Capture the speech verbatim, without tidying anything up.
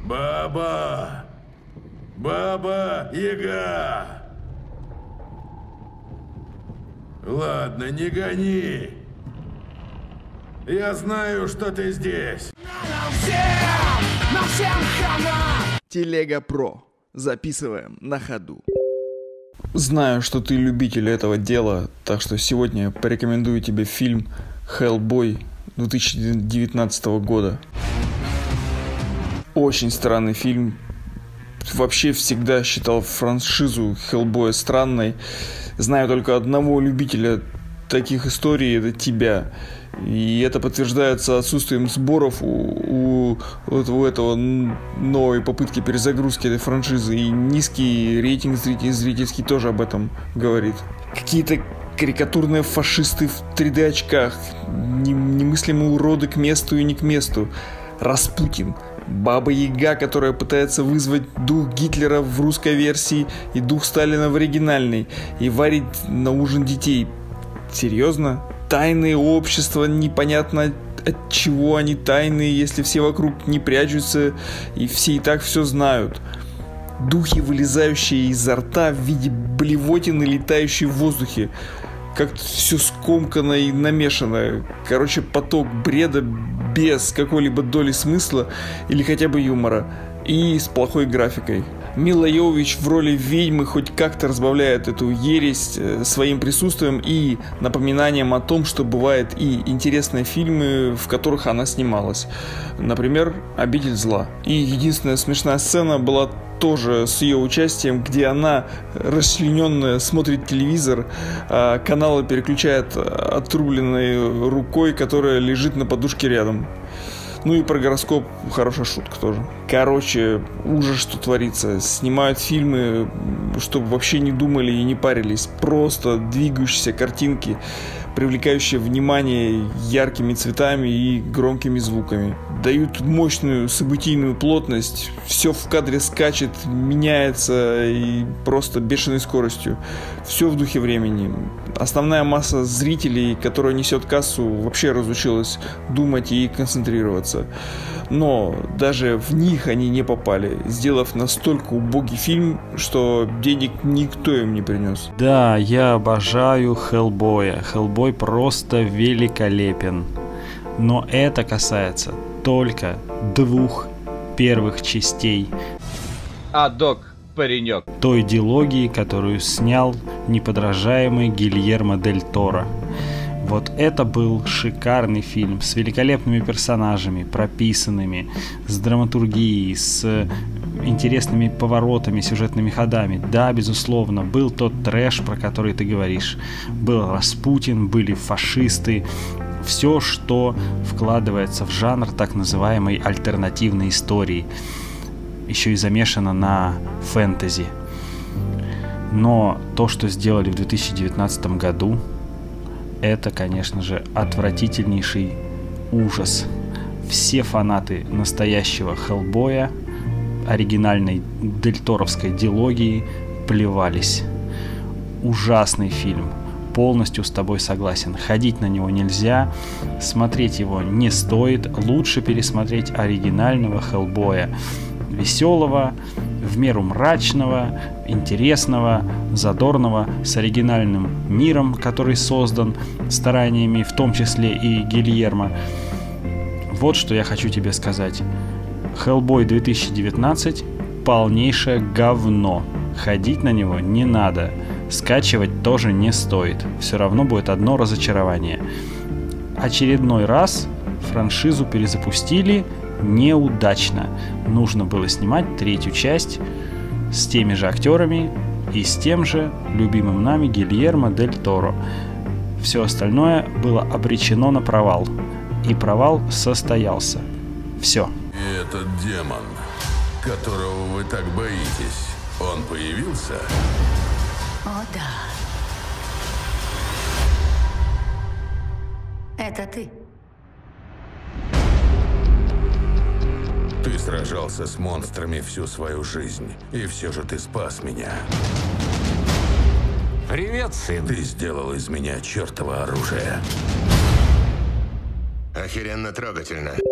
Баба! Баба Яга! Ладно, не гони. Я знаю, что ты здесь. Телега Про. Записываем на ходу. Знаю, что ты любитель этого дела, так что сегодня порекомендую тебе фильм «Хеллбой» две тысячи девятнадцатого года. Очень странный фильм. Вообще всегда считал франшизу Хеллбоя странной. Знаю только одного любителя таких историй, это тебя. И это подтверждается отсутствием сборов у, у, вот у этого новой попытки перезагрузки этой франшизы. И низкий рейтинг зрителей, зрительский тоже об этом говорит. Какие-то карикатурные фашисты в три дэ очках, немыслимые уроды к месту и не к месту. Распутин. Баба Яга, которая пытается вызвать дух Гитлера в русской версии и дух Сталина в оригинальной. И варить на ужин детей. Серьезно? Тайные общества, непонятно от чего они тайные, если все вокруг не прячутся и все и так все знают. Духи, вылезающие изо рта в виде блевотины, летающие в воздухе. Как-то все скомкано и намешано. Короче, поток бреда без какой-либо доли смысла или хотя бы юмора. И с плохой графикой. Мила Йовович в роли ведьмы хоть как-то разбавляет эту ересь своим присутствием и напоминанием о том, что бывают и интересные фильмы, в которых она снималась. Например, «Обитель зла». И единственная смешная сцена была тоже с ее участием, где она, расчлененная, смотрит телевизор, а каналы переключает отрубленной рукой, которая лежит на подушке рядом. Ну и про гороскоп хорошая шутка тоже. Короче, ужас, что творится. Снимают фильмы, чтобы вообще не думали и не парились. Просто двигающиеся картинки, привлекающие внимание яркими цветами и громкими звуками. Дают мощную событийную плотность. Все в кадре скачет, меняется и просто бешеной скоростью. Все в духе времени. Основная масса зрителей, которая несет кассу, вообще разучилась думать и концентрироваться. Но даже в них они не попали, сделав настолько убогий фильм, что денег никто им не принес. Да, я обожаю Хеллбоя. Хеллбой просто великолепен. Но это касается только двух первых частей. А, док, паренек. Той дилогии, которую снял неподражаемый Гильермо дель Торо. Вот это был шикарный фильм с великолепными персонажами, прописанными, с драматургией, с интересными поворотами, сюжетными ходами. Да, безусловно, был тот трэш, про который ты говоришь. Был Распутин, были фашисты. Все, что вкладывается в жанр так называемой альтернативной истории. Еще и замешано на фэнтези. Но то, что сделали в две тысячи девятнадцатом году, это, конечно же, отвратительнейший ужас. Все фанаты настоящего Хеллбоя, оригинальной дельторовской дилогии, плевались. Ужасный фильм. Полностью с тобой согласен. Ходить на него нельзя, смотреть его не стоит. Лучше пересмотреть оригинального Хеллбоя. Веселого, в меру мрачного, интересного, задорного, с оригинальным миром, который создан стараниями, в том числе и Гильермо. Вот что я хочу тебе сказать. Хеллбой две тысячи девятнадцать – полнейшее говно. Ходить на него не надо. Скачивать тоже не стоит. Все равно будет одно разочарование. Очередной раз франшизу перезапустили неудачно. Нужно было снимать третью часть с теми же актерами и с тем же любимым нами Гильермо дель Торо. Все остальное было обречено на провал. И провал состоялся. Все. И этот демон, которого вы так боитесь, он появился? О, да. Это ты. Ты сражался с монстрами всю свою жизнь, и все же ты спас меня. Привет, сын. Ты сделал из меня чертово оружие. Охеренно трогательно.